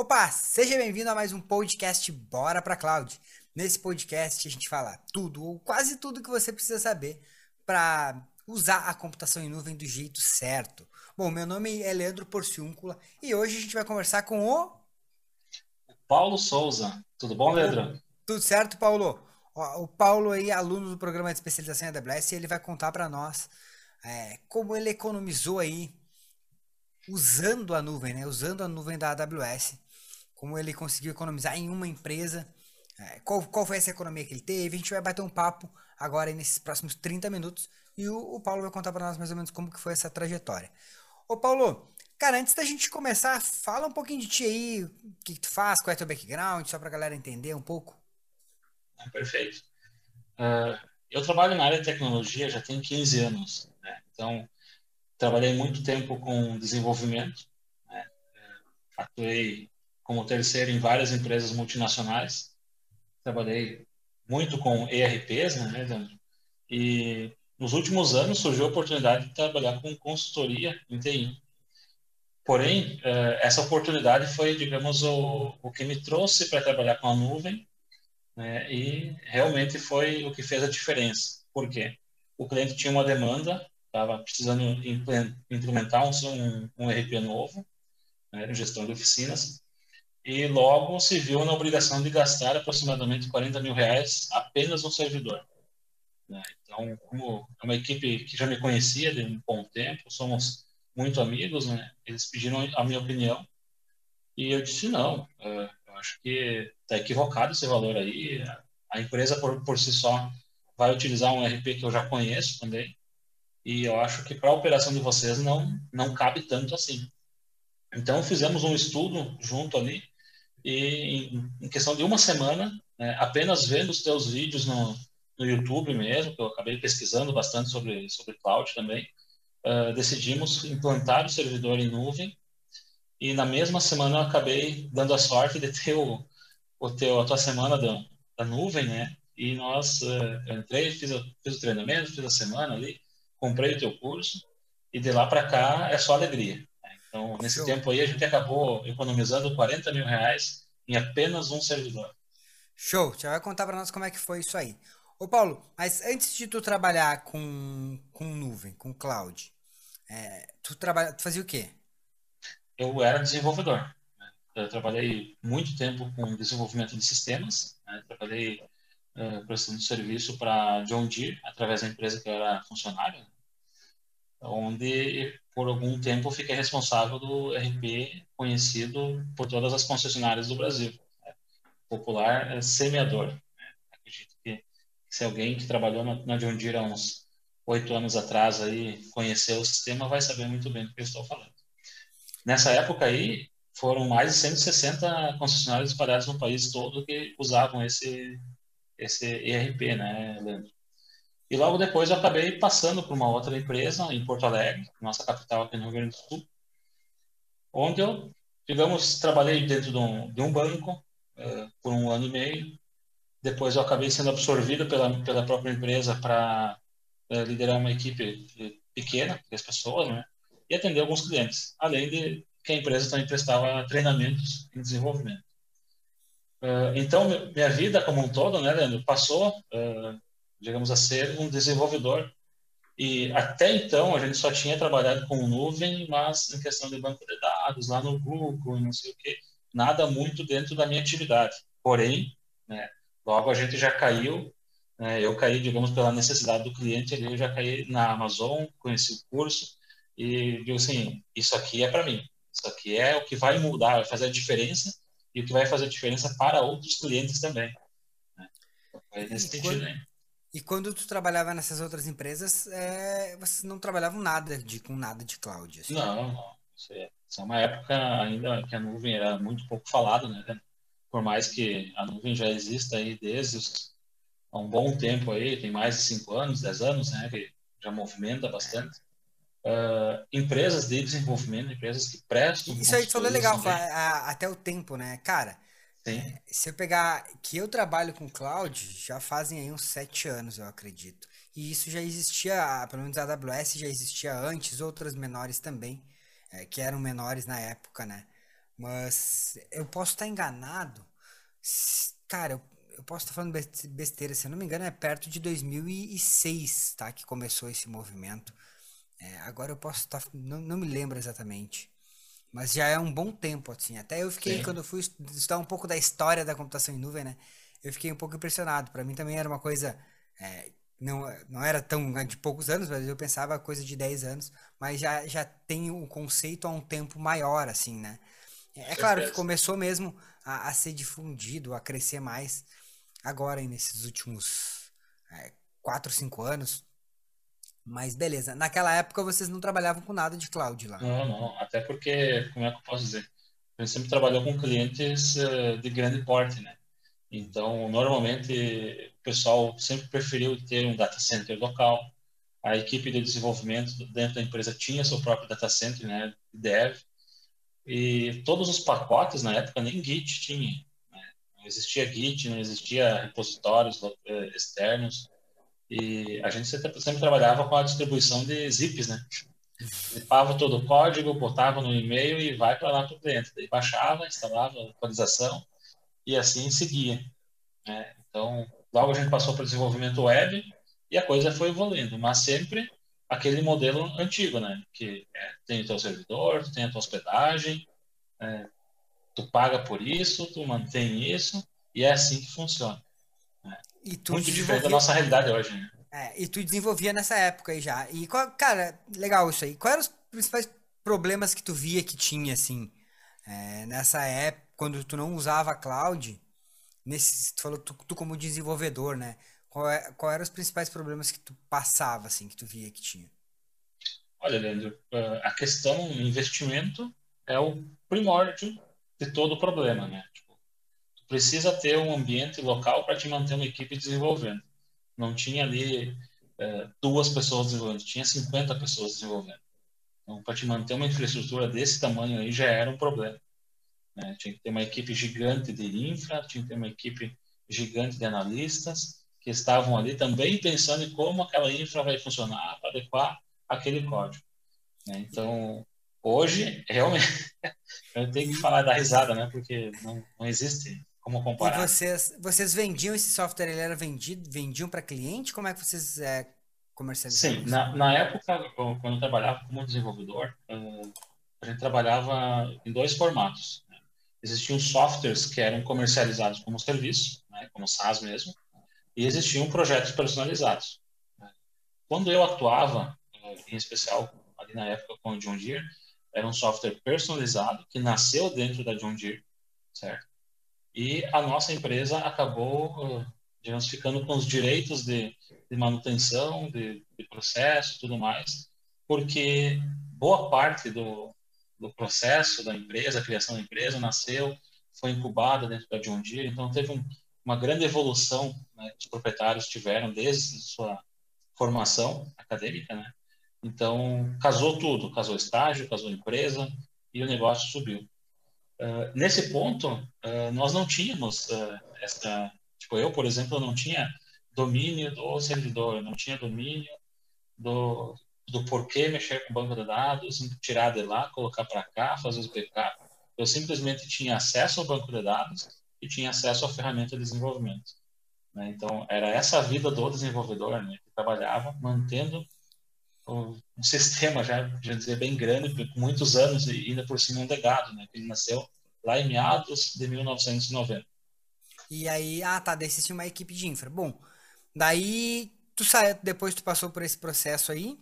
Opa, seja bem-vindo a mais um podcast Bora pra Cloud. Nesse podcast a gente fala tudo ou quase tudo que você precisa saber para usar a computação em nuvem do jeito certo. Bom, meu nome é Leandro Porciúncula e hoje a gente vai conversar com Paulo Souza. Tudo bom, o... Leandro? Tudo certo, Paulo? Ó, o Paulo aí, aluno do programa de especialização em AWS, e ele vai contar para nós como ele economizou aí usando a nuvem, né? Usando a nuvem da AWS, como ele conseguiu economizar em uma empresa, qual foi essa economia que ele teve. A gente vai bater um papo agora aí nesses próximos 30 minutos e o Paulo vai contar para nós mais ou menos como que foi essa trajetória. Ô Paulo, cara, antes da gente começar, fala um pouquinho de ti aí, o que tu faz, qual é teu background, só pra galera entender um pouco. Perfeito. Eu trabalho na área de tecnologia já tem 15 anos, né? Então, trabalhei muito tempo com desenvolvimento, né? Atuei como terceiro em várias empresas multinacionais. Trabalhei muito com ERPs, né, Leandro? E nos últimos anos surgiu a oportunidade de trabalhar com consultoria em TI. Porém, essa oportunidade foi, digamos, o que me trouxe para trabalhar com a nuvem, né? E realmente foi o que fez a diferença. Por quê? O cliente tinha uma demanda, estava precisando implementar um ERP novo, né, gestão de oficinas, e logo se viu na obrigação de gastar aproximadamente R$ 40.000 apenas no servidor, né? Então, como é uma equipe que já me conhecia de um bom tempo, somos muito amigos, né? Eles pediram a minha opinião e eu disse não, eu acho que está equivocado esse valor aí. A empresa por si só vai utilizar um ERP que eu já conheço também e eu acho que para a operação de vocês não cabe tanto assim. Então fizemos um estudo junto ali e em questão de uma semana, né, apenas vendo os teus vídeos no YouTube mesmo, que eu acabei pesquisando bastante sobre cloud também, decidimos implantar o servidor em nuvem e na mesma semana eu acabei dando a sorte de ter a tua semana da nuvem, né? E eu entrei, fiz o treinamento, fiz a semana ali, comprei o teu curso e de lá para cá é só alegria, né? Então, nesse Show. tempo aí, a gente acabou economizando R$ 40.000 em apenas um servidor. Show, já vai contar pra nós como é que foi isso aí. Ô Paulo, mas antes de tu trabalhar com nuvem, com cloud, tu fazia o quê? Eu era desenvolvedor, né? Eu trabalhei muito tempo com desenvolvimento de sistemas, né? Trabalhei prestando serviço para John Deere, através da empresa que eu era funcionário, onde por algum tempo eu fiquei responsável do RP conhecido por todas as concessionárias do Brasil, popular semeador. Acredito que se alguém que trabalhou na John Deere há uns 8 anos atrás aí conheceu o sistema, vai saber muito bem do que eu estou falando. Nessa época aí, foram mais de 160 concessionárias espalhadas no país todo que usavam esse ERP, né, Leandro? E logo depois eu acabei passando para uma outra empresa em Porto Alegre, nossa capital aqui no Rio Grande do Sul, onde eu, digamos, trabalhei dentro de um banco por um ano e meio. Depois eu acabei sendo absorvido pela própria empresa para liderar uma equipe pequena, 3 pessoas, né? E atender alguns clientes, além de que a empresa também prestava treinamentos em desenvolvimento. Então, minha vida como um todo, né, Leandro, passou, digamos, a ser um desenvolvedor. E até então a gente só tinha trabalhado com nuvem, mas em questão de banco de dados, lá no Google, não sei o quê, nada muito dentro da minha atividade. Porém, né, logo a gente já caiu, né, eu caí, digamos, pela necessidade do cliente ali, eu já caí na Amazon, conheci o curso e digo assim, isso aqui é para mim, isso aqui é o que vai mudar, vai fazer a diferença e o que vai fazer a diferença para outros clientes também, né? Então, foi E, nesse e sentido quando, aí. e quando tu trabalhava nessas outras empresas, vocês não trabalhavam com nada de cloud, assim. Não, não. Isso é uma época ainda que a nuvem era muito pouco falada, né? Por mais que a nuvem já exista aí há um bom tempo aí, tem mais de 5 anos, 10 anos, né? Que já movimenta bastante. Empresas de desenvolvimento, empresas que prestam Isso aí que tu falou é consultorias legal, também, até o tempo, né? Cara, tem. se eu pegar que eu trabalho com cloud, já fazem aí uns 7 anos, eu acredito. E isso já existia, pelo menos a AWS já existia antes, outras menores também, que eram menores na época, né? Mas eu posso estar enganado. Cara, eu posso estar falando besteira. Se eu não me engano, é perto de 2006, tá? Que começou esse movimento. Agora eu posso estar. Não me lembro exatamente. Mas já é um bom tempo, assim. Até eu fiquei, quando Sim, eu fui estudar um pouco da história da computação em nuvem, né? Eu fiquei um pouco impressionado. Para mim também era uma coisa. é, não era tão de poucos anos, mas eu pensava coisa de 10 anos. Mas já tem o conceito há um tempo maior, assim, né? com É claro que certeza. começou mesmo a ser difundido, a crescer mais agora, aí, nesses últimos 4, 5 anos. Mas beleza. Naquela época vocês não trabalhavam com nada de cloud lá. Não, não. Até porque, como é que eu posso dizer? A gente sempre trabalhou com clientes de grande porte, né? Então, normalmente, o pessoal sempre preferiu ter um data center local. A equipe de desenvolvimento dentro da empresa tinha seu próprio data center, né? Dev. E todos os pacotes, na época, nem Git tinha. Não existia Git, não existia repositórios externos. E a gente sempre trabalhava com a distribuição de zips, né? Zipava todo o código, botava no e-mail e vai para lá para o cliente. Daí baixava, instalava a atualização e assim seguia, né? Então, logo a gente passou para o desenvolvimento web e a coisa foi evoluindo, mas sempre aquele modelo antigo, né? Que tem o teu servidor, tu tem a tua hospedagem, tu paga por isso, tu mantém isso e é assim que funciona, né? E tu Muito diferente da desenvolvia. nossa realidade hoje, né? E tu desenvolvia nessa época aí já. E cara, legal isso aí. Quais eram os principais problemas que tu via que tinha, assim, nessa época, quando tu não usava cloud? Tu falou tu como desenvolvedor, né? Qual eram os principais problemas que tu passava, assim, que tu via que tinha? Olha, Leandro, a questão investimento é o primórdio de todo o problema, né? Tipo, tu precisa ter um ambiente local para te manter uma equipe desenvolvendo. Não tinha ali duas pessoas desenvolvendo, tinha 50 pessoas desenvolvendo. Então, para te manter uma infraestrutura desse tamanho aí já era um problema, né? Tinha que ter uma equipe gigante de infra, tinha que ter uma equipe gigante de analistas que estavam ali também pensando em como aquela infra vai funcionar para adequar aquele código, né? Então, hoje, realmente, eu tenho que E, falar da risada, né? Porque não existe como e comparar. vocês vendiam esse software, ele era vendido, vendiam para cliente? Como é que vocês Sim, comercializavam isso? na época, quando eu trabalhava como desenvolvedor, a gente trabalhava em dois formatos, né? Existiam softwares que eram comercializados como serviço, né? Como SaaS mesmo, e existiam projetos personalizados, né? Quando eu atuava, em especial ali na época com o John Deere, era um software personalizado que nasceu dentro da John Deere, certo? E a nossa empresa acabou, digamos, ficando com os direitos de manutenção, de processo e tudo mais, porque boa parte do processo da empresa, a criação da empresa, nasceu, foi incubada dentro da John Deere, então teve uma grande evolução, né, que os proprietários tiveram desde sua formação acadêmica, né? Então, casou tudo, casou estágio, casou empresa e o negócio subiu. Nesse ponto, nós não tínhamos essa, tipo, eu, por exemplo, não tinha domínio do servidor, não tinha domínio do, do porquê mexer com o banco de dados, tirar de lá, colocar para cá, fazer os backups. Eu simplesmente tinha acesso ao banco de dados e tinha acesso à ferramenta de desenvolvimento, né? Então, era essa a vida do desenvolvedor, né, que trabalhava mantendo um sistema já dizer, bem grande, com muitos anos e ainda por cima um legado, né? Que ele nasceu lá em meados de 1990. E aí, tá, daí vocês tinham uma equipe de infra. Bom, daí tu saiu, depois tu passou por esse processo aí,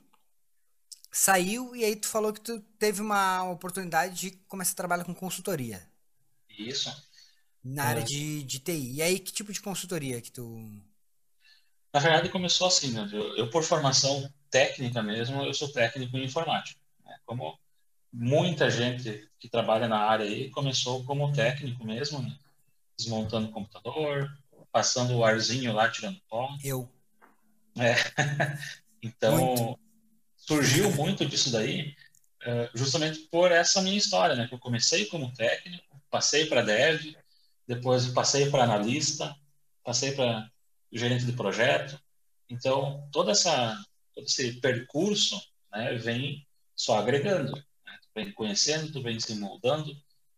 saiu e aí tu falou que tu teve uma oportunidade de começar a trabalhar com consultoria E isso, na área uh, de TI. E aí, que tipo de consultoria que tu. na verdade, começou assim, né? Eu, por formação técnica mesmo, eu sou técnico em informática, né? Como muita gente que trabalha na área aí começou como técnico mesmo, né? Desmontando o computador, passando o arzinho lá, tirando pó. Eu. É. Muito. Então, surgiu muito disso daí, justamente por essa minha história, né? Que eu comecei como técnico, passei para dev, depois passei para analista, passei para gerente de projeto. Então, todo esse percurso, né, vem só agregando, né? Tu vem conhecendo, tu vem se moldando,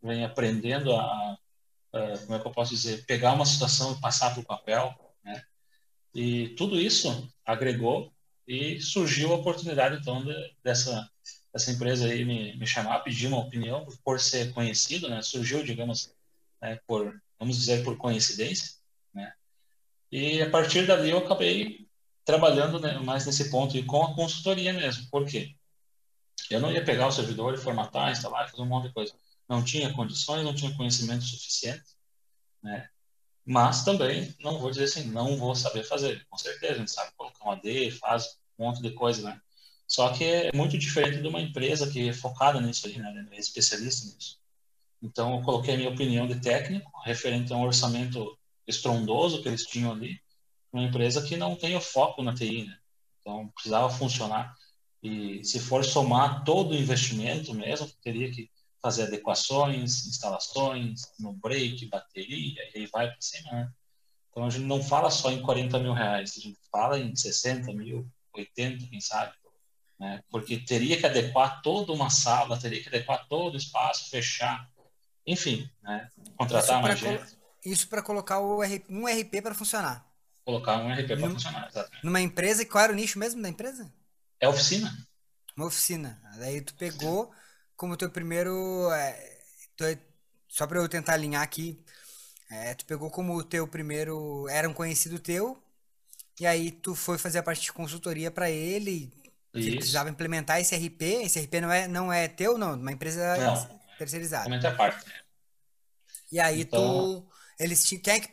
vem aprendendo como é que eu posso dizer, pegar uma situação e passar para o papel, né? E tudo isso agregou e surgiu a oportunidade, então, dessa empresa aí me chamar, pedir uma opinião, por ser conhecido, né? Surgiu, digamos, né, vamos dizer, por coincidência, né? E a partir dali eu acabei trabalhando, né, mais nesse ponto e com a consultoria mesmo. Por quê? Eu não ia pegar o servidor e formatar, instalar, fazer um monte de coisa. Não tinha condições, não tinha conhecimento suficiente, né? Mas também não vou dizer assim, não vou saber fazer. Com certeza, a gente sabe colocar um AD, faz um monte de coisa, né? Só que é muito diferente de uma empresa que é focada nisso aí, né? É especialista nisso. Então, eu coloquei a minha opinião de técnico, referente a um orçamento estrondoso que eles tinham ali, uma empresa que não tem o foco na TI, né? Então, precisava funcionar. E se for somar todo o investimento mesmo, teria que fazer adequações, instalações, no break, bateria, e aí vai para cima, né? Então, a gente não fala só em 40 mil reais, a gente fala em 60 mil, 80, quem sabe, né? Porque teria que adequar toda uma sala, teria que adequar todo o espaço, fechar, enfim, né? Isso Contratar para mais gente, isso para colocar um RP para funcionar. colocar um RP para Num- funcionar, exatamente. Numa empresa, qual era o nicho mesmo da empresa? É oficina. Uma oficina. Daí tu pegou como teu primeiro. Só para eu tentar alinhar aqui, tu pegou como o teu primeiro. Era um conhecido teu, e aí tu foi fazer a parte de consultoria para ele, que ele Isso. precisava implementar esse RP. Esse RP não é teu, não, uma empresa Não, terceirizada. somente a parte. E aí Então, tu. Eles tinham. Quem é que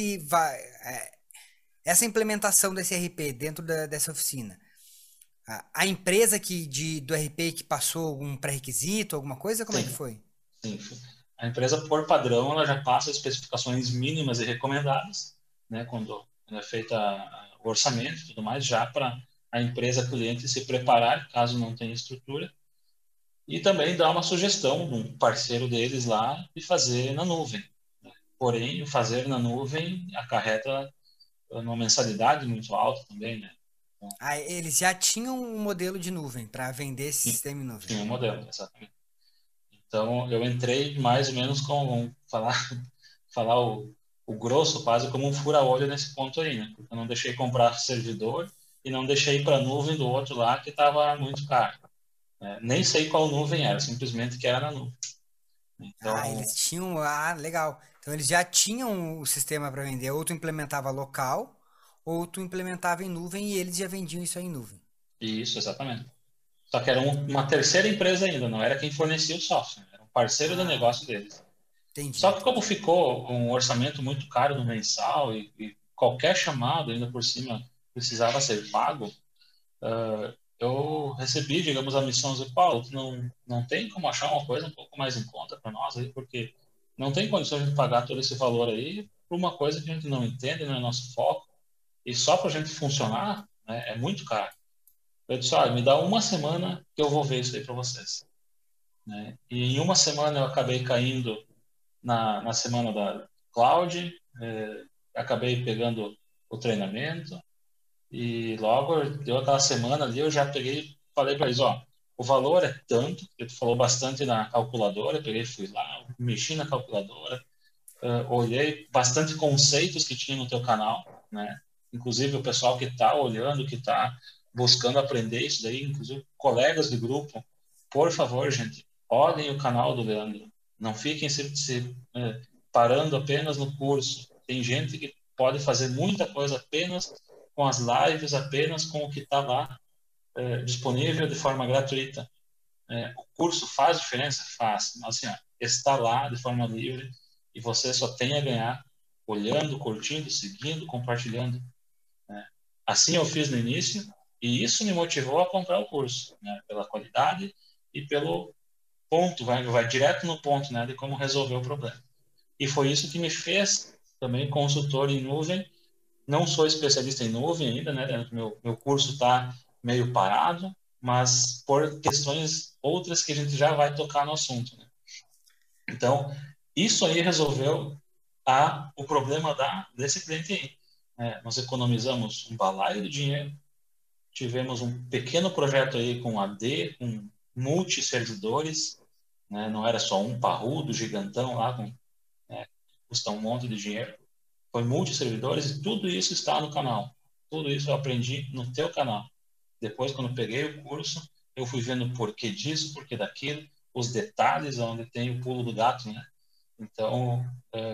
essa implementação desse RP dentro dessa oficina? A empresa do RP que passou algum pré-requisito, alguma coisa, como é que sim, foi? sim. A empresa, por padrão, ela já passa especificações mínimas e recomendadas, né, quando é feita o orçamento e tudo mais, já para a empresa cliente se preparar, caso não tenha estrutura, e também dá uma sugestão de um parceiro deles lá de fazer na nuvem. Porém, o fazer na nuvem acarreta uma mensalidade muito alta também, né? Então, Ah, eles já tinham um modelo de nuvem para vender esse sistema em nuvem. tinha um modelo, exatamente. Então, eu entrei mais ou menos com, vamos falar o grosso, quase como um fura-olho nesse ponto aí, né? Porque eu não deixei comprar servidor e não deixei para a nuvem do outro lá que estava muito caro, né? Nem sei qual nuvem era, simplesmente que era na nuvem. Ah, Então, eles tinham. Ah, legal. Então eles já tinham o sistema para vender. Ou tu implementava local, ou tu implementava em nuvem e eles já vendiam isso aí em nuvem. isso, exatamente. Só que era uma terceira empresa ainda, não era quem fornecia o software, era um parceiro do Ah, negócio deles. entendi, Só que como entendi. ficou um orçamento muito caro no mensal e qualquer chamado ainda por cima precisava ser pago, eu recebi, digamos, a missão de Paulo, tu não tem como achar uma coisa um pouco mais em conta para nós aí, porque não tem condições de pagar todo esse valor aí por uma coisa que a gente não entende, não é nosso foco, e só para a gente funcionar, né, é muito caro. Eu disse, olha, me dá uma semana que eu vou ver isso aí para vocês, né? E em uma semana eu acabei caindo na semana da cloud, acabei pegando o treinamento e logo deu aquela semana ali, eu já peguei, falei para eles, ó, o valor é tanto, porque tu falou bastante na calculadora, eu peguei, fui lá, mexi na calculadora, olhei bastante conceitos que tinha no teu canal, né? Inclusive o pessoal que está olhando, que está buscando aprender isso daí, inclusive colegas de grupo, por favor, gente, olhem o canal do Leandro. Não fiquem parando apenas no curso. Tem gente que pode fazer muita coisa apenas com as lives, apenas com o que está lá disponível de forma gratuita. O curso faz diferença? Faz. Mas assim, ó, está lá de forma livre e você só tem a ganhar olhando, curtindo, seguindo, compartilhando, né? Assim eu fiz no início e isso me motivou a comprar o curso, né? Pela qualidade e pelo ponto, vai direto no ponto, né? De como resolver o problema. E foi isso que me fez também consultor em nuvem. Não sou especialista em nuvem ainda, né? Meu curso está meio parado, mas por questões outras que a gente já vai tocar no assunto, né? Então, isso aí resolveu o problema desse cliente aí. Nós economizamos um balaio de dinheiro, tivemos um pequeno projeto aí com AD, com multi-servidores, né? Não era só um parrudo gigantão lá, né, que custa um monte de dinheiro. Foi multi-servidores e tudo isso está no canal. Tudo isso eu aprendi no teu canal. Depois, quando eu peguei o curso, eu fui vendo o porquê disso, porquê daquilo, os detalhes onde tem o pulo do gato, né? Então,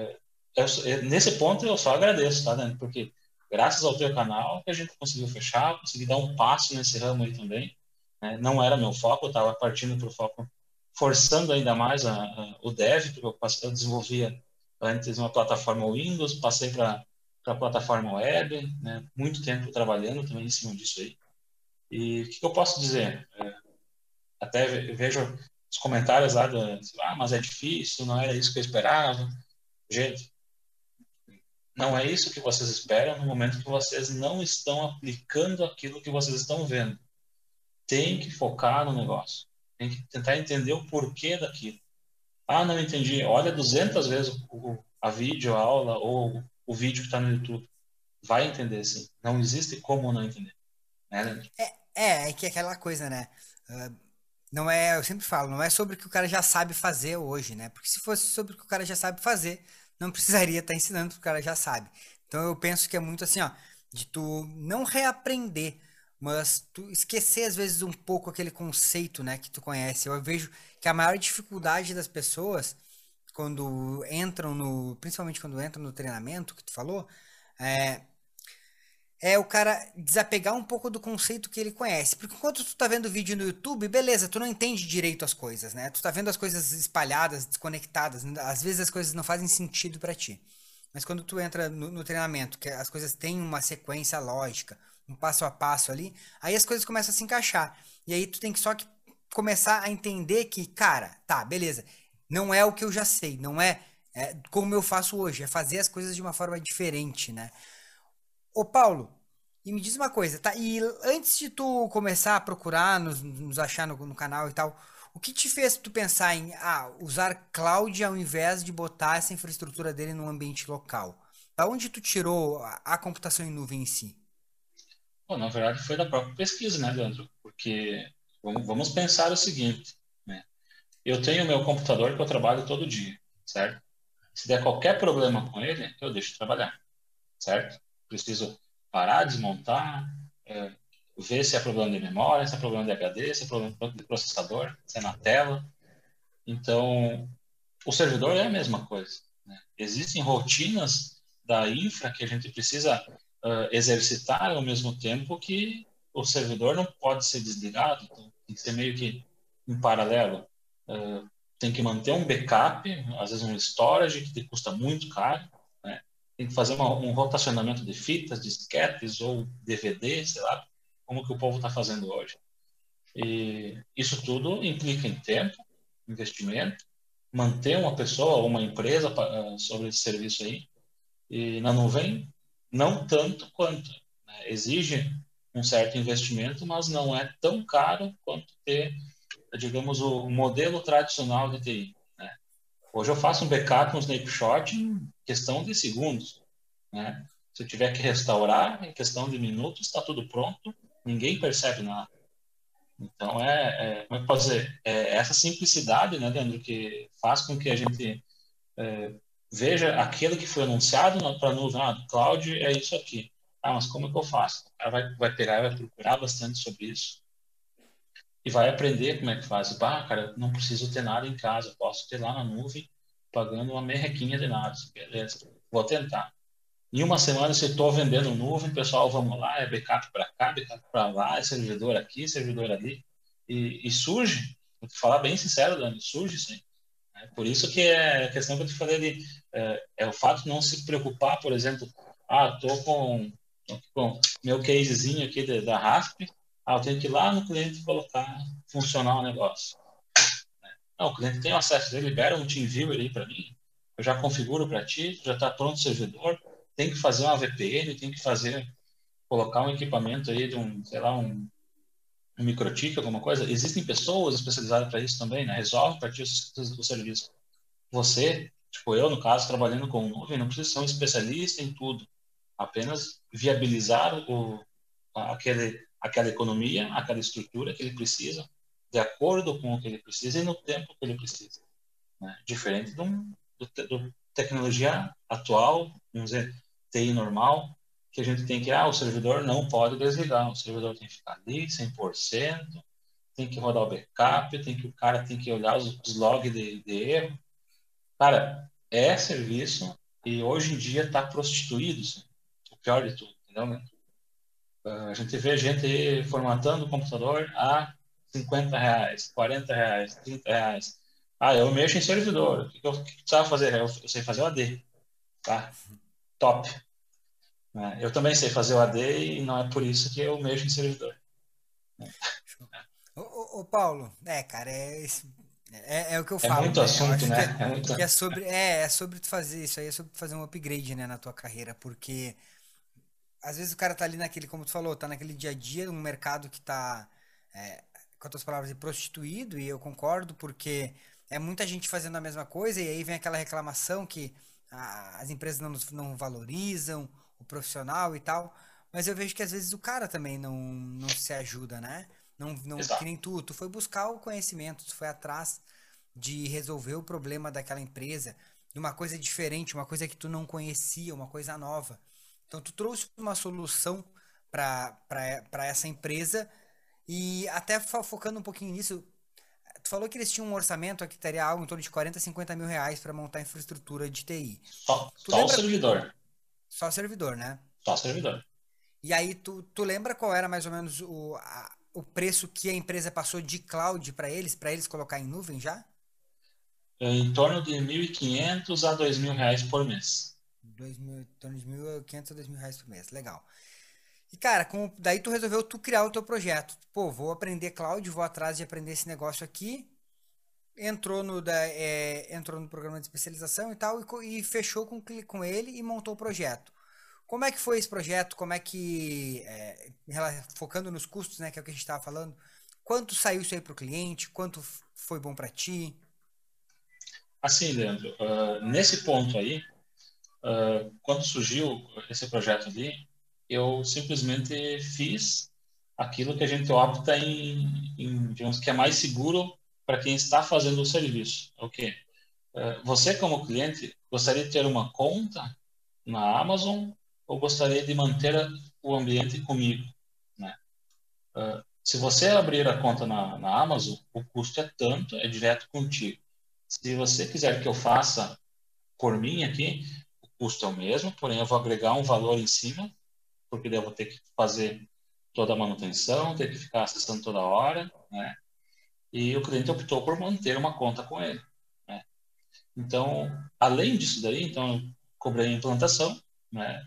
nesse ponto eu só agradeço, tá, Dani? Porque graças ao teu canal que a gente conseguiu fechar, consegui dar um passo nesse ramo aí também, né? Não era meu foco, eu estava partindo para o foco, forçando ainda mais o dev, porque eu desenvolvia antes uma plataforma Windows, passei para a plataforma web, né? Muito tempo trabalhando também em cima disso aí. E o que eu posso dizer? Até vejo os comentários lá mas é difícil, não era isso que eu esperava. Gente, não é isso que vocês esperam no momento que vocês não estão aplicando aquilo que vocês estão vendo. Tem que focar no negócio. Tem que tentar entender o porquê daquilo. Ah, não entendi. Olha 200 vezes a vídeo, a aula ou o vídeo que está no YouTube. Vai entender, sim. Não existe como não entender. Né, Leandro? É que é aquela coisa, né? Ah, não é, eu sempre falo, não é sobre o que o cara já sabe fazer hoje, né? Porque se fosse sobre o que o cara já sabe fazer, não precisaria estar ensinando porque o cara já sabe. Então eu penso que é muito assim, ó, de tu não reaprender, mas tu esquecer às vezes um pouco aquele conceito, né, que tu conhece. Eu vejo que a maior dificuldade das pessoas quando entram no, principalmente quando entram no treinamento que tu falou, é, é o cara desapegar um pouco do conceito que ele conhece. Porque enquanto tu tá vendo vídeo no YouTube, beleza, tu não entende direito as coisas, né? Tu tá vendo as coisas espalhadas, desconectadas, às vezes as coisas não fazem sentido pra ti. Mas quando tu entra no treinamento, que as coisas têm uma sequência lógica, um passo a passo ali, aí as coisas começam a se encaixar. E aí tu tem que só que começar a entender que, cara, tá, beleza, não é o que eu já sei, não é como eu faço hoje, é fazer as coisas de uma forma diferente, né? Ô Paulo, e me diz uma coisa, tá? E antes de tu começar a procurar, nos achar no canal e tal, o que te fez tu pensar em usar cloud ao invés de botar essa infraestrutura dele num ambiente local? Da onde tu tirou a computação em nuvem em si? Bom, na verdade, foi da própria pesquisa, né, Leandro? Porque vamos pensar o seguinte, né? Eu tenho meu computador que eu trabalho todo dia, certo? Se der qualquer problema com ele, eu deixo de trabalhar, certo? Preciso parar, desmontar, é, ver se é problema de memória, se é problema de HD, se é problema de processador, se é na tela. Então, o servidor é a mesma coisa, né? Existem rotinas da infra que a gente precisa exercitar ao mesmo tempo que o servidor não pode ser desligado, então tem que ser meio que em paralelo. Tem que manter um backup, às vezes um storage que custa muito caro, né? Tem que fazer um rotacionamento de fitas, disquetes ou DVD, sei lá, como que o povo está fazendo hoje. E isso tudo implica em tempo, investimento, manter uma pessoa ou uma empresa sobre esse serviço aí. E na nuvem, não tanto quanto, né? Exige um certo investimento, mas não é tão caro quanto ter, digamos, o modelo tradicional de TI, né? Hoje eu faço um backup, um snapshot em questão de segundos, né? Se eu tiver que restaurar, em questão de minutos, está tudo pronto, ninguém percebe nada. Então, como é que posso dizer? É essa simplicidade, né, Leandro, que faz com que a gente veja aquilo que foi anunciado para a nuvem, do cloud é isso aqui. Mas como é que eu faço? O cara vai pegar e vai procurar bastante sobre isso e vai aprender como é que faz. Cara, eu não preciso ter nada em casa, eu posso ter lá na nuvem pagando uma merrequinha de nada. Beleza, vou tentar. Em uma semana, se estou vendendo nuvem, pessoal, vamos lá, é backup para cá, backup para lá, é servidor aqui, servidor ali. E surge, vou te falar bem sincero, Dani, surge isso aí. Por isso que é a questão que eu te falei de, o fato de não se preocupar, por exemplo, tô com meu casezinho aqui da RASP, eu tenho que ir lá no cliente e colocar, funcionar o negócio. Não, o cliente tem o acesso, ele libera um TeamViewer aí para mim, eu já configuro para ti, já está pronto o servidor, tem que fazer uma VPN, tem que colocar um equipamento aí de sei lá, um microtik, alguma coisa. Existem pessoas especializadas para isso também, né? Resolve para ti o serviço. Você, tipo eu, no caso, trabalhando com nuvem, não precisa ser um especialista em tudo. Apenas viabilizar aquela economia, aquela estrutura que ele precisa de acordo com o que ele precisa e no tempo que ele precisa, né? Diferente do tecnologia atual, vamos dizer, TI normal, que a gente tem que, o servidor não pode desligar, o servidor tem que ficar ali 100%, tem que rodar o backup, o cara tem que olhar os logs de erro. Cara, é serviço e hoje em dia está prostituído, assim, o pior de tudo, entendeu, né? A gente vê gente formatando o computador a R$ 50, R$ 40, R$ 30. Eu mexo em servidor. O que precisava fazer? Eu sei fazer o AD. Tá? Top. Né? Eu também sei fazer o AD e não é por isso que eu mexo em servidor. Ô, Paulo, cara, é o que eu É falo, muito né? Eu assunto, acho né? que É muito... é sobre tu fazer isso aí, é sobre tu fazer um upgrade, né, na tua carreira, porque às vezes o cara tá ali naquele, como tu falou, tá naquele dia a dia, um mercado que tá, é, com as tuas palavras, prostituído, e eu concordo, porque é muita gente fazendo a mesma coisa, e aí vem aquela reclamação que as empresas não valorizam o profissional e tal, mas eu vejo que às vezes o cara também não se ajuda, né? Que Exato. nem tu foi buscar o conhecimento, tu foi atrás de resolver o problema daquela empresa, de uma coisa diferente, uma coisa que tu não conhecia, uma coisa nova. Então, tu trouxe uma solução para essa empresa e até focando um pouquinho nisso, tu falou que eles tinham um orçamento que teria algo em torno de 40, 50 mil reais para montar infraestrutura de TI. Tu Só o lembra? servidor. Só servidor, né? Só o servidor. E aí, tu lembra qual era mais ou menos o preço que a empresa passou de cloud para eles colocar em nuvem já? Em torno de 1.500 a R$ 2.000 por mês. 2.000, em torno de 1.500 a 2.000 reais por mês. Legal. E, cara, daí tu resolveu tu criar o teu projeto. Pô, vou aprender cloud, vou atrás de aprender esse negócio aqui. Entrou no programa de especialização e tal, e fechou com ele e montou o projeto. Como é que foi esse projeto? Como é que, focando nos custos, né, que é o que a gente estava falando, quanto saiu isso aí para o cliente? Quanto foi bom para ti? Assim, Leandro, nesse ponto aí, quando surgiu esse projeto ali, eu simplesmente fiz aquilo que a gente opta digamos que é mais seguro para quem está fazendo o serviço. É o quê? Você, como cliente, gostaria de ter uma conta na Amazon ou gostaria de manter o ambiente comigo, né? Se você abrir a conta na Amazon, o custo é tanto, é direto contigo. Se você quiser que eu faça por mim aqui, o custo é o mesmo, porém eu vou agregar um valor em cima, porque daí eu vou ter que fazer toda a manutenção, ter que ficar acessando toda hora, né? E o cliente optou por manter uma conta com ele, né? Então, além disso daí, então eu cobrei a implantação, né?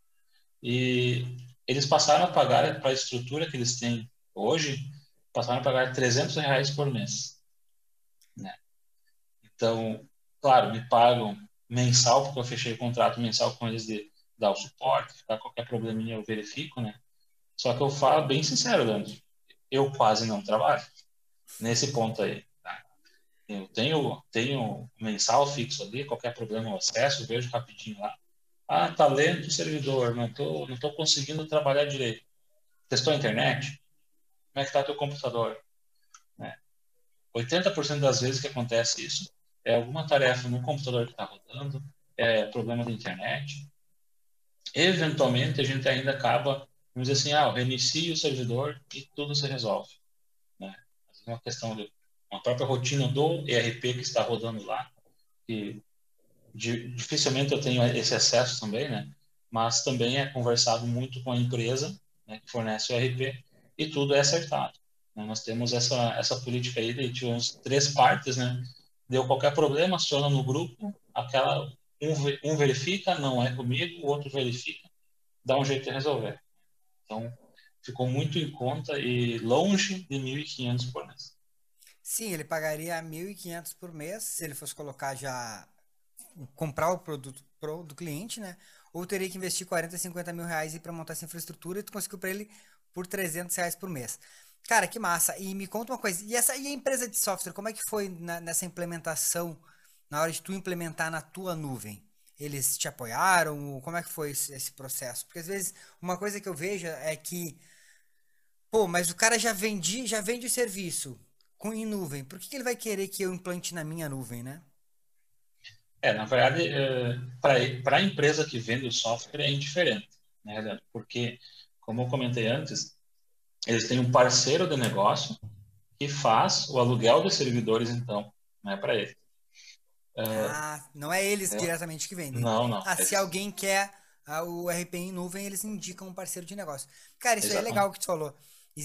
E eles passaram a pagar para a estrutura que eles têm hoje, passaram a pagar R$ 300 por mês, né? Então, claro, me pagam mensal, porque eu fechei o contrato mensal com eles de dar o suporte, se qualquer probleminha eu verifico, né? Só que eu falo bem sincero, Leandro, eu quase não trabalho nesse ponto aí, tá? Eu tenho mensal fixo ali, qualquer problema eu acesso, vejo rapidinho lá. Tá lento o servidor, não tô conseguindo trabalhar direito. Testou a internet? Como é que tá teu computador? Né? 80% das vezes que acontece isso é alguma tarefa no computador que está rodando, é problema da internet. Eventualmente, a gente ainda acaba, vamos dizer assim, eu reinicio o servidor e tudo se resolve, né? É uma questão de uma própria rotina do ERP que está rodando lá, que dificilmente eu tenho esse acesso também, né? Mas também é conversado muito com a empresa, né, que fornece o ERP e tudo é acertado, né? Nós temos essa política aí de tivemos três partes, né? Deu qualquer problema, aciona no grupo, um verifica, não é comigo, o outro verifica, dá um jeito de resolver. Então, ficou muito em conta e longe de 1.500 por mês. Sim, ele pagaria 1.500 por mês se ele fosse colocar já comprar o produto do cliente, né? Ou teria que investir 40, 50 mil reais para montar essa infraestrutura e tu conseguiu para ele por 300 reais por mês. Cara, que massa. E me conta uma coisa, e a empresa de software, como é que foi nessa implementação, na hora de tu implementar na tua nuvem? Eles te apoiaram? Como é que foi esse processo? Porque às vezes uma coisa que eu vejo é que, pô, mas o cara já vende o serviço. em nuvem, por que ele vai querer que eu implante na minha nuvem, né? Na verdade, para a empresa que vende o software é indiferente, né, Leandro? Porque, como eu comentei antes, eles têm um parceiro de negócio que faz o aluguel de servidores, então, não é para ele. Ah, não é eles Entendeu? diretamente que vendem. Não, não. Ah, se alguém quer o RP em nuvem, eles indicam um parceiro de negócio. Cara, isso aí é legal Exatamente. o que tu falou.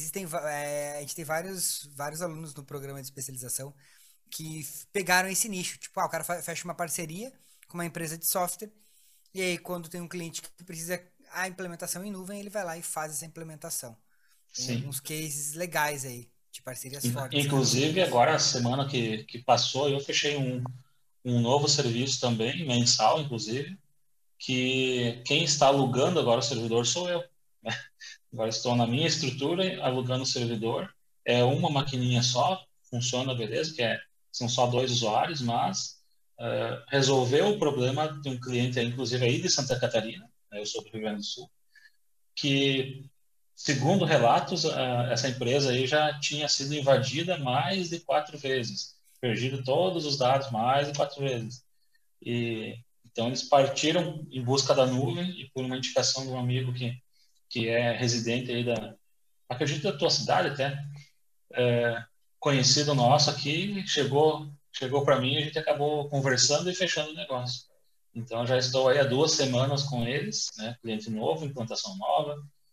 A gente tem vários alunos no programa de especialização que pegaram esse nicho. Tipo, o cara fecha uma parceria com uma empresa de software, e aí quando tem um cliente que precisa a implementação em nuvem, ele vai lá e faz essa implementação. Tem Sim. alguns cases legais aí, de parcerias fortes, cara. Inclusive, agora, a semana que passou, eu fechei um novo serviço também, mensal, inclusive, que quem está alugando agora o servidor sou eu. Né? Agora estou na minha estrutura, alugando o servidor. É uma maquininha só, funciona beleza, são só 2 usuários, mas resolveu o problema de um cliente, inclusive aí de Santa Catarina, né, eu sou do Rio Grande do Sul, que, segundo relatos, essa empresa aí já tinha sido invadida mais de 4 vezes, perdido todos os dados mais de 4 vezes. E então eles partiram em busca da nuvem e por uma indicação de um amigo que é residente aí acredito da tua cidade até, conhecido nosso aqui, chegou para mim e a gente acabou conversando e fechando o negócio. Então já estou aí há 2 semanas com eles, né? Cliente novo, implantação nova,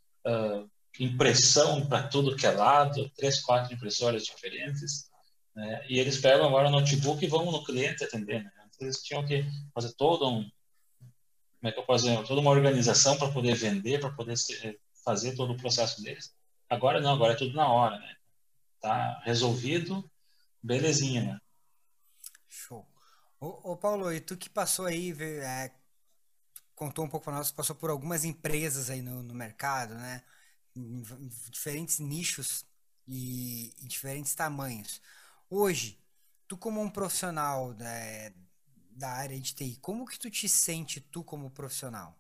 impressão para tudo que é lado, 3, 4 impressoras diferentes, né? E eles pegam agora o notebook e vão no cliente atender, né? Antes eles tinham que fazer como é que eu posso dizer, toda uma organização para poder vender, para poder fazer todo o processo deles. Agora não, agora é tudo na hora, né? Tá resolvido, belezinha, né? Show. Ô Paulo, e tu que passou aí, contou um pouco para nós, passou por algumas empresas aí no mercado, né? Em diferentes nichos e em diferentes tamanhos. Hoje, tu como um profissional da área de TI, como que tu te sente tu como profissional?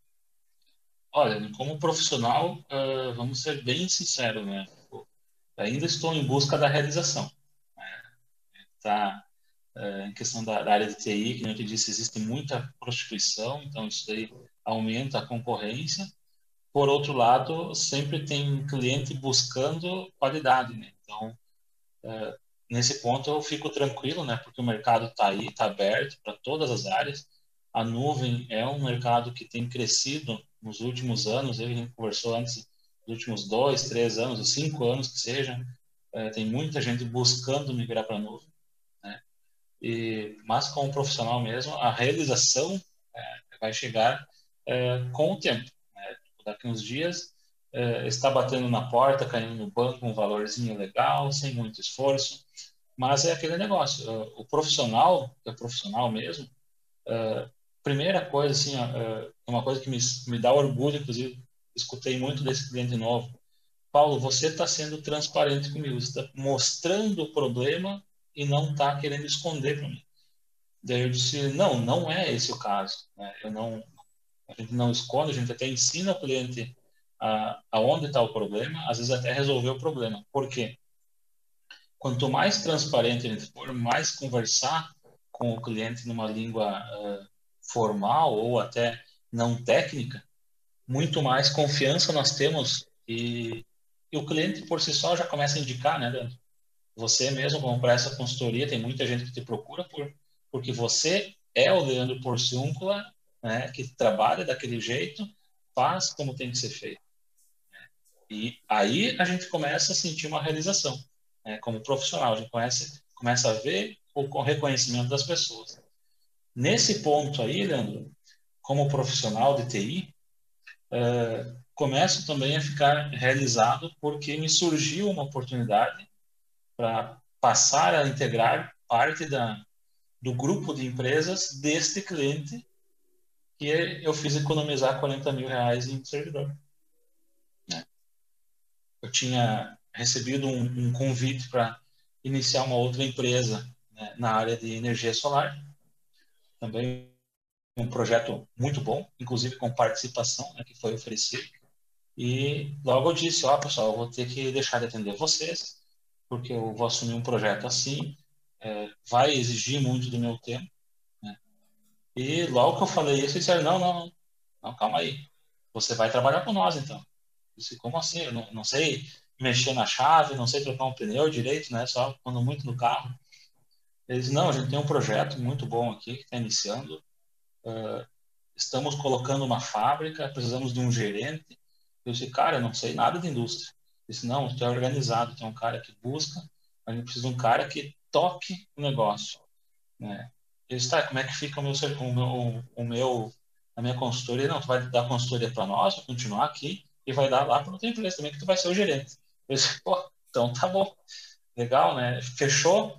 Olha, como profissional, vamos ser bem sinceros, né? Pô, ainda estou em busca da realização. Tá? Em questão da área de TI, que nem eu te disse, existe muita prostituição, então isso daí aumenta a concorrência. Por outro lado, sempre tem cliente buscando qualidade, né? Então, nesse ponto eu fico tranquilo, né? Porque o mercado está aí, está aberto para todas as áreas. A nuvem é um mercado que tem crescido nos últimos anos. A gente conversou antes, nos últimos 2, 3 anos, os 5 anos que seja, tem muita gente buscando migrar para a nuvem, né? Mas como profissional mesmo, a realização vai chegar com o tempo, né? Daqui uns dias está batendo na porta, caindo no banco um valorzinho legal, sem muito esforço, mas é aquele negócio. O profissional, que é profissional mesmo, primeira coisa, assim, uma coisa que me dá orgulho, inclusive, escutei muito desse cliente novo. Paulo, você está sendo transparente comigo, você está mostrando o problema e não está querendo esconder para mim. Daí eu disse, não, não é esse o caso, né? A gente não esconde, a gente até ensina o cliente aonde está o problema, às vezes até resolver o problema. Por quê? Quanto mais transparente a gente for, mais conversar com o cliente numa língua formal ou até não técnica, muito mais confiança nós temos e o cliente por si só já começa a indicar, né, Leandro? Você mesmo, como presta consultoria, tem muita gente que te procura porque você é o Leandro Porciúncula, né, que trabalha daquele jeito, faz como tem que ser feito. E aí a gente começa a sentir uma realização, né, como profissional. A gente começa a ver o reconhecimento das pessoas. Nesse ponto aí, Leandro, como profissional de TI, começo também a ficar realizado porque me surgiu uma oportunidade para passar a integrar parte do grupo de empresas deste cliente que eu fiz economizar R$ 40 mil em servidor, né? Eu tinha recebido um convite para iniciar uma outra empresa, né, na área de energia solar, também um projeto muito bom, inclusive com participação, né, que foi oferecido. E logo eu disse, pessoal, eu vou ter que deixar de atender vocês, porque eu vou assumir um projeto assim, vai exigir muito do meu tempo, né? E logo que eu falei isso, eles disseram, não, não, não, não, calma aí, você vai trabalhar com nós, então. Eu disse, como assim? Eu não sei mexer na chave, não sei trocar um pneu direito, né? Só quando muito no carro. Eles, não, a gente tem um projeto muito bom aqui que está iniciando. Estamos colocando uma fábrica, precisamos de um gerente. Eu disse, cara, eu não sei nada de indústria. Ele disse, não, tu é organizado, tu é um cara que busca, a gente precisa de um cara que toque o negócio, né? Eu disse, tá, como é que fica a minha consultoria? Não, tu vai dar consultoria para nós, vai continuar aqui, e vai dar lá para outra empresa também, que tu vai ser o gerente. Eu disse, pô, então tá bom, legal, né? Fechou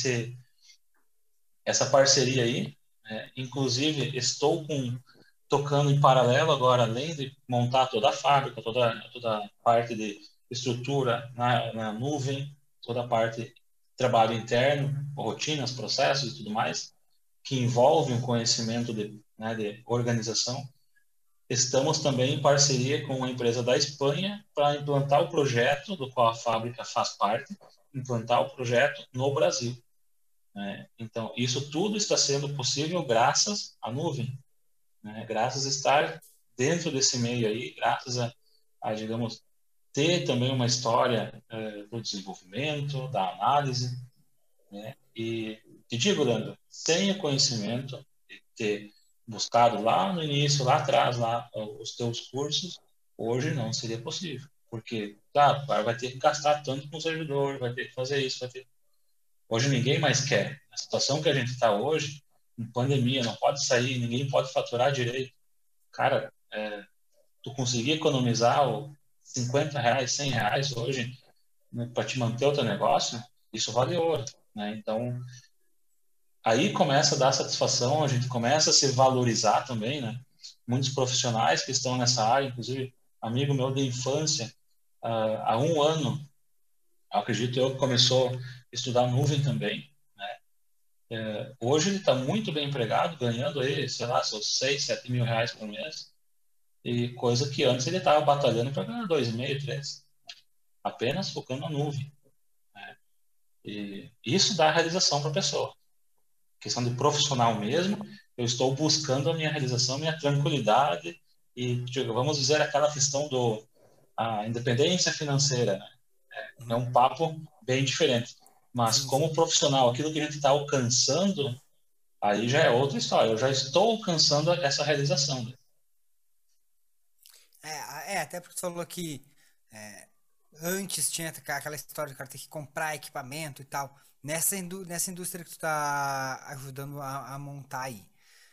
essa parceria aí, né? Inclusive, tocando em paralelo agora, além de montar toda a fábrica, toda a parte de estrutura na nuvem, toda a parte de trabalho interno, rotinas, processos e tudo mais, que envolve um conhecimento de organização. Estamos também em parceria com uma empresa da Espanha para implantar o projeto do qual a fábrica faz parte, implantar o projeto no Brasil, né? Então, isso tudo está sendo possível graças à nuvem, né? Graças a estar dentro desse meio aí, graças digamos, ter também uma história do desenvolvimento, da análise, né? E te digo, Leandro, sem o conhecimento, de ter buscado lá no início, lá atrás, lá os teus cursos, hoje não seria possível. Porque, tá, vai ter que gastar tanto com o servidor, vai ter que fazer isso, vai ter. Hoje ninguém mais quer. A situação que a gente está hoje, em pandemia, não pode sair, ninguém pode faturar direito. Cara, tu conseguir economizar R$ 50, R$ 100 hoje, né, para te manter o teu negócio, isso vale ouro, né? Então, aí começa a dar satisfação, a gente começa a se valorizar também, né? Muitos profissionais que estão nessa área, inclusive amigo meu de infância, há um ano, acredito eu, que começou a estudar nuvem também. Hoje ele está muito bem empregado, ganhando aí, sei lá, seus 6, 7 mil reais por mês, e coisa que antes ele estava batalhando para ganhar 2,5, 3, apenas focando na nuvem, né? E isso dá realização para a pessoa. Questão de profissional mesmo, eu estou buscando a minha realização, minha tranquilidade e, vamos dizer, aquela questão a independência financeira, né? É um papo bem diferente. Mas Sim, sim. como profissional, aquilo que a gente está alcançando, aí já é outra história. Eu já estou alcançando essa realização, né? Até porque você falou que é, antes tinha aquela história de cara ter que comprar equipamento e tal. Nessa indústria que tu tá ajudando a montar aí.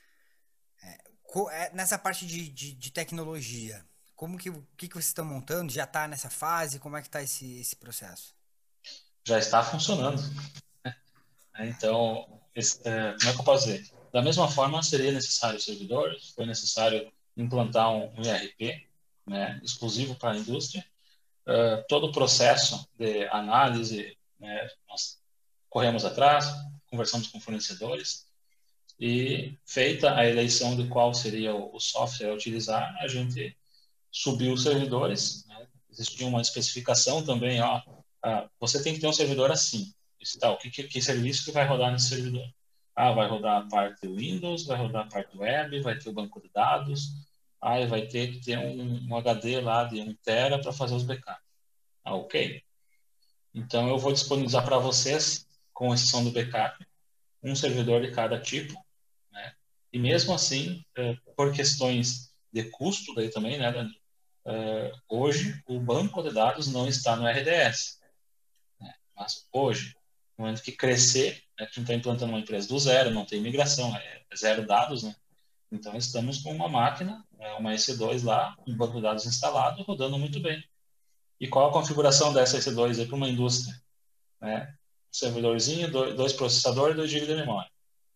Nessa parte de tecnologia, o que vocês estão montando? Já tá nessa fase? Como é que tá esse processo? Já está funcionando, né? Então, como é que eu posso dizer? Da mesma forma, seria necessário servidores, foi necessário implantar um ERP, né, exclusivo para a indústria. Todo o processo de análise, né, nós corremos atrás, conversamos com fornecedores e feita a eleição de qual seria o software a utilizar, a gente subiu os servidores, né? Existia uma especificação também, ó, você tem que ter um servidor assim. Isso, tá, que serviço que vai rodar nesse servidor? Vai rodar a parte Windows, vai rodar a parte web, vai ter o banco de dados, vai ter que ter um HD lá de 1 TB para fazer os backups. Ok. Então, eu vou disponibilizar para vocês, com exceção do backup, um servidor de cada tipo, né? E mesmo assim, por questões de custo daí também, né, hoje o banco de dados não está no RDS, né? Mas hoje, no momento que crescer, né, que a gente está implantando uma empresa do zero, não tem migração, é zero dados, né? Então estamos com uma máquina, uma EC2 lá, um banco de dados instalado, rodando muito bem. E qual a configuração dessa EC2 aí para uma indústria, né? Um servidorzinho, dois processadores e 2 GB de memória,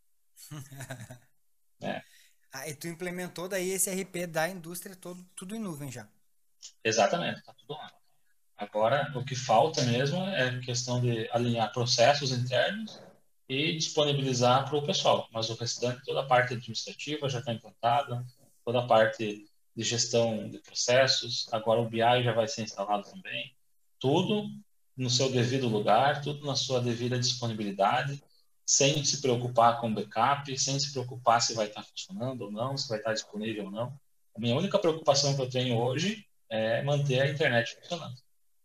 né? E tu implementou daí esse RP da indústria tudo em nuvem já. Exatamente, está tudo lá. Agora, o que falta mesmo é questão de alinhar processos internos e disponibilizar para o pessoal. Mas o restante, toda a parte administrativa já está implantada, toda a parte de gestão de processos, agora o BI já vai ser instalado também. Tudo no seu devido lugar, tudo na sua devida disponibilidade, sem se preocupar com backup, sem se preocupar se vai estar funcionando ou não, se vai estar disponível ou não. A minha única preocupação que eu tenho hoje é manter a internet funcionando.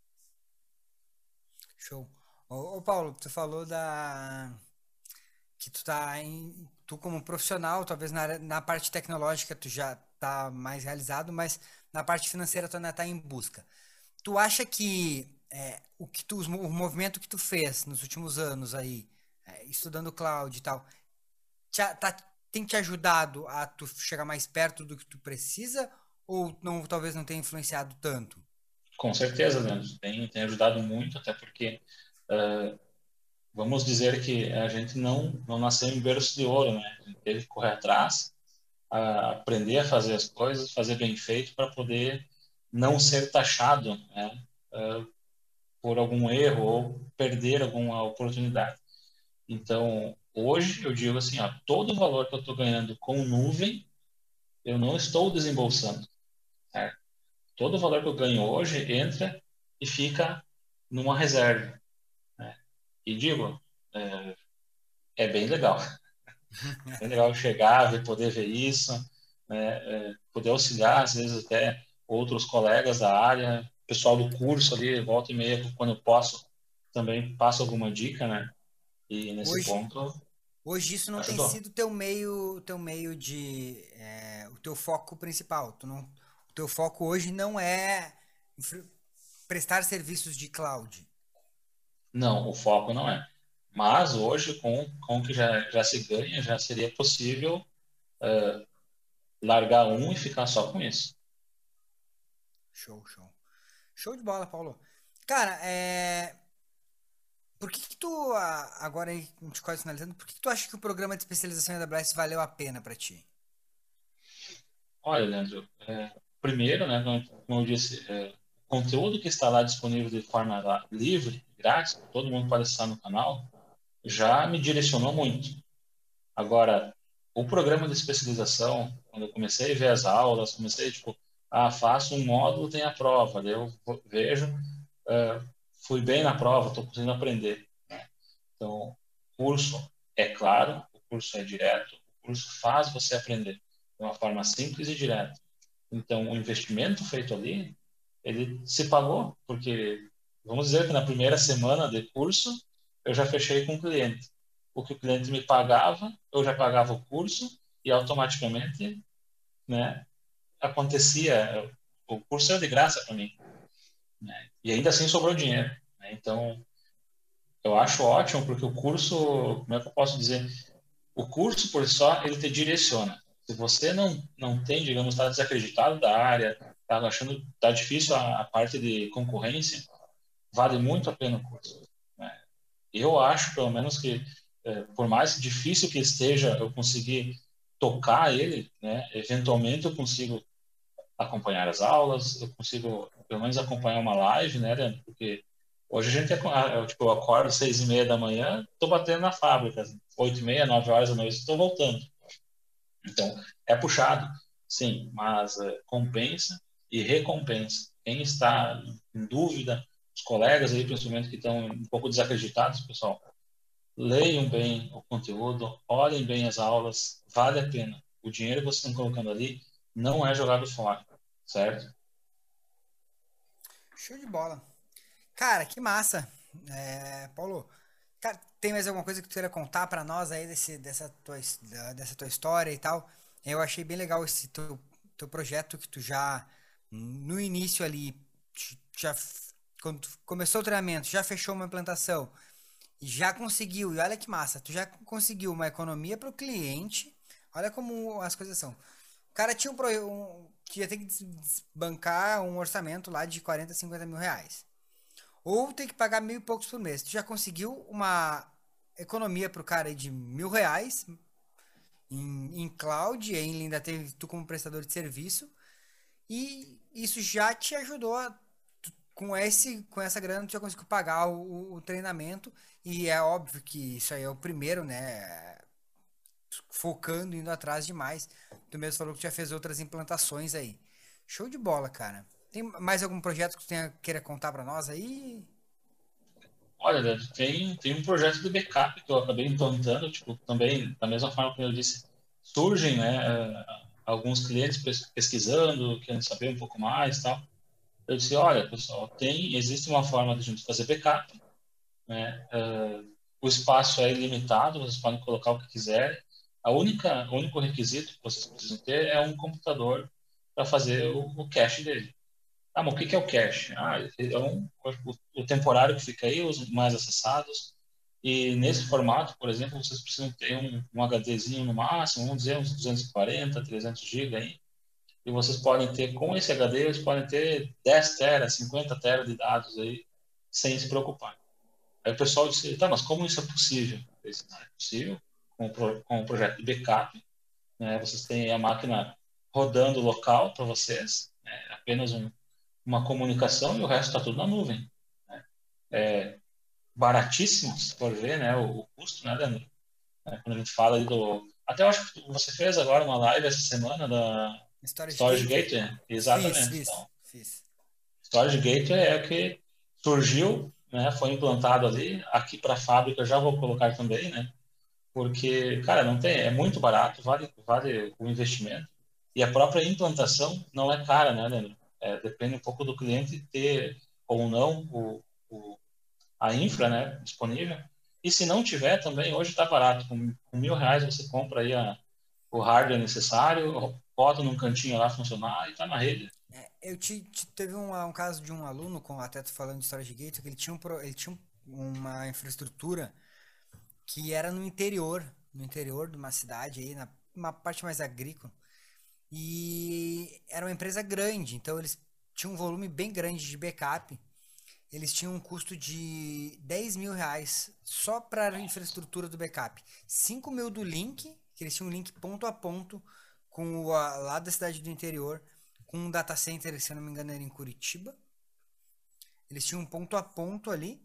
Show. Ô Paulo, tu falou que tu tá tu como profissional, talvez na parte tecnológica tu já tá mais realizado, mas na parte financeira tu ainda tá em busca. Tu acha que o movimento que tu fez nos últimos anos aí, estudando cloud e tal, tem te ajudado a tu chegar mais perto do que tu precisa ou não, talvez não tenha influenciado tanto? Com certeza, Leandro, tem ajudado muito, até porque vamos dizer que a gente não nasceu em berço de ouro, né? A gente teve que correr atrás, aprender a fazer as coisas, fazer bem feito para poder não ser taxado, né? Por algum erro ou perder alguma oportunidade. Então, hoje eu digo assim, ó, todo o valor que eu estou ganhando com nuvem, eu não estou desembolsando, certo? Todo o valor que eu ganho hoje entra e fica numa reserva, né? E digo, é bem legal. É legal chegar, poder ver isso, né? Poder auxiliar, às vezes, até outros colegas da área, pessoal do curso ali, volta e meia, quando eu posso, também passo alguma dica, né? E nesse Hoje, ponto, hoje isso não tem ajudou. sido teu meio de, o teu foco principal. O teu foco hoje não é prestar serviços de cloud. Não, o foco não é. Mas hoje, com o que já se ganha, já seria possível largar um e ficar só com isso. Show, show. Show de bola, Paulo. Cara, por que que tu, agora aí, a gente quase finalizando, por que que tu acha que o programa de especialização em AWS valeu a pena pra ti? Olha, Leandro, primeiro, né, como eu disse, o conteúdo que está lá disponível de forma livre, grátis, todo mundo pode acessar no canal, já me direcionou muito. Agora, o programa de especialização, quando eu comecei a ver as aulas, comecei, tipo, faço um módulo, tem a prova, daí eu vejo, eh, fui bem na prova, estou conseguindo aprender, né? Então, o curso é claro, o curso é direto, o curso faz você aprender de uma forma simples e direta. Então, o investimento feito ali, ele se pagou, porque vamos dizer que na primeira semana de curso, eu já fechei com o cliente. O que o cliente me pagava, eu já pagava o curso e automaticamente, né, acontecia, o curso era de graça para mim, né? E ainda assim sobrou dinheiro, né? Então, eu acho ótimo porque o curso, como é que eu posso dizer? O curso por si só, ele te direciona. Se você não tem, digamos, está desacreditado da área, está achando tá difícil a parte de concorrência, vale muito a pena o curso, né? Eu acho, pelo menos, que por mais difícil que esteja eu conseguir tocar ele, né, eventualmente eu consigo acompanhar as aulas, eu consigo pelo menos acompanhar uma live, né, Leandro? Porque hoje a gente tipo, eu acordo 6:30 da manhã, estou batendo na fábrica, 8:30, 9 horas da noite, estou voltando. Então, é puxado, sim, mas compensa e recompensa. Quem está em dúvida, os colegas aí, principalmente que estão um pouco desacreditados, pessoal, leiam bem o conteúdo, olhem bem as aulas, vale a pena. O dinheiro que vocês estão colocando ali não é jogado fora, certo? Show de bola. Cara, que massa. Paulo, cara, tem mais alguma coisa que tu queira contar pra nós aí dessa tua história e tal? Eu achei bem legal esse teu projeto que tu já, no início ali, quando tu começou o treinamento, já fechou uma implantação, e já conseguiu, e olha que massa, tu já conseguiu uma economia pro cliente, olha como as coisas são. O cara tinha que ia ter que desbancar um orçamento lá de 40, 50 mil reais. Ou tem que pagar mil e poucos por mês. Tu já conseguiu uma economia pro cara aí de 1.000 reais em cloud, e ainda teve tu como prestador de serviço. E isso já te ajudou com essa grana tu já conseguiu pagar o treinamento. E é óbvio que isso aí é o primeiro, né? Focando, indo atrás demais. Tu mesmo falou que já fez outras implantações aí. Show de bola, cara. Tem mais algum projeto que tu queira contar pra nós aí? Olha, Leandro, tem um projeto de backup que eu acabei implantando, tipo, também, da mesma forma que eu disse, surgem, né, alguns clientes pesquisando, querendo saber um pouco mais e tal. Eu disse, olha, pessoal, existe uma forma de a gente fazer backup, né? O espaço é ilimitado, vocês podem colocar o que quiserem. O único requisito que vocês precisam ter é um computador para fazer o cache dele. Ah, mas o que é o cache? Ah, é o temporário que fica aí, os mais acessados. E nesse formato, por exemplo, vocês precisam ter um HDzinho no máximo, vamos dizer, uns 240, 300 GB aí. E vocês podem ter, com esse HD, eles podem ter 10 teras, 50 teras de dados aí, sem se preocupar. Aí o pessoal disse, tá, mas como isso é possível? Eu disse, não, é possível com o projeto de backup, né? Vocês têm a máquina rodando local para vocês, né? Apenas uma comunicação e o resto está tudo na nuvem, né? É baratíssimo, se for ver, né? O custo, né, Leandro? Quando a gente fala aí do... Até eu acho que você fez agora uma live essa semana da Storage Storage Gateway. Gateway, Fiz, exatamente. fiz, Então, fiz. Storage Gateway é o que surgiu, né? Foi implantado ali. Aqui para a fábrica já vou colocar também, né? Porque, cara, não tem, é muito barato, vale o investimento. E a própria implantação não é cara, né, Leandro? Depende um pouco do cliente ter ou não a infra, né, disponível. E se não tiver também, hoje está barato. Com R$ 1.000 você compra aí o hardware necessário, bota num cantinho lá funcionar e está na rede. Teve um caso de um aluno, com até tô falando de Storage Gateway, que ele tinha uma infraestrutura que era no interior de uma cidade aí, na uma parte mais agrícola. E era uma empresa grande, então eles tinham um volume bem grande de backup. Eles tinham um custo de R$ 10.000 só para a infraestrutura do backup. 5.000 do link, que eles tinham um link ponto a ponto lá da cidade do interior, com um data center, se eu não me engano, era em Curitiba. Eles tinham um ponto a ponto ali.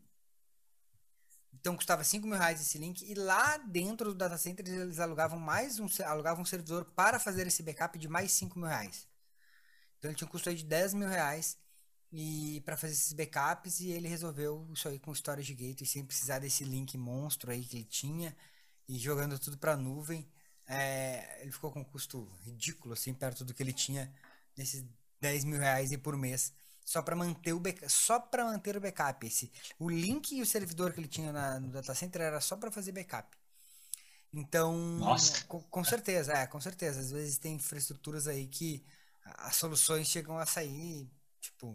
Então custava R$ 5.000 esse link. E lá dentro do data center eles alugavam um servidor para fazer esse backup de mais R$ 5.000. Então ele tinha um custo aí de R$ 10.000 e para fazer esses backups, e ele resolveu isso aí com o Storage Gateway sem precisar desse link monstro aí que ele tinha, e jogando tudo para nuvem. Ele ficou com um custo ridículo, assim, perto do que ele tinha nesses R$ 10.000 aí por mês, só para manter o backup. O link e o servidor que ele tinha no data center era só para fazer backup. Então, Nossa, com certeza, com certeza. Às vezes tem infraestruturas aí que as soluções chegam a sair, tipo,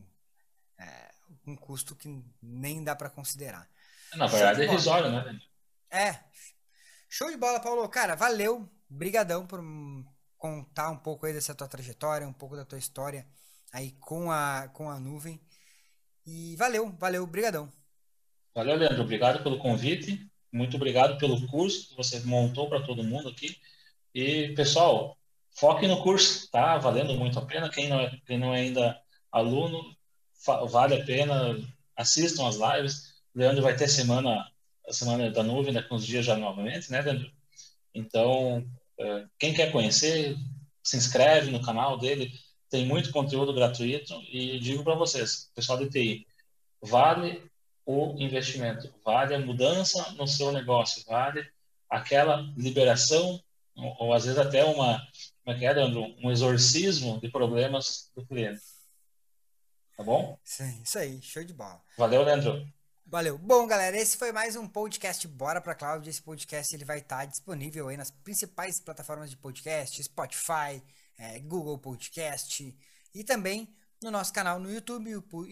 um custo que nem dá para considerar. na Show verdade de é bola. irrisório, né? É, show de bola, Paulo. Cara, valeu. Brigadão por contar um pouco aí dessa tua trajetória, um pouco da tua história aí com a nuvem. E valeu, brigadão. Valeu, Leandro. Obrigado pelo convite. Muito obrigado pelo curso que você montou para todo mundo aqui. E, pessoal, foque no curso, tá? Valendo muito a pena. Quem não é ainda aluno, vale a pena. Assistam as lives. O Leandro vai ter a semana da nuvem daqui uns dias já novamente, né, Leandro? Então, quem quer conhecer, se inscreve no canal dele. Tem muito conteúdo gratuito. E digo para vocês, pessoal de TI, vale o investimento, vale a mudança no seu negócio, vale aquela liberação, ou às vezes até como é que é, Leandro? Um exorcismo de problemas do cliente. Tá bom? Isso aí, show de bola. Valeu, Leandro. Valeu. Bom, galera, esse foi mais um podcast Bora Pra Cloud. Esse podcast ele vai estar disponível aí nas principais plataformas de podcast, Spotify, Google Podcast, e também no nosso canal no YouTube,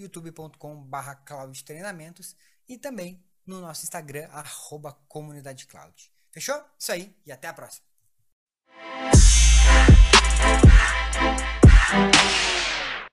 youtube.com/cloudtreinamentos, e também no nosso Instagram, @comunidadecloud. Fechou? Isso aí, e até a próxima.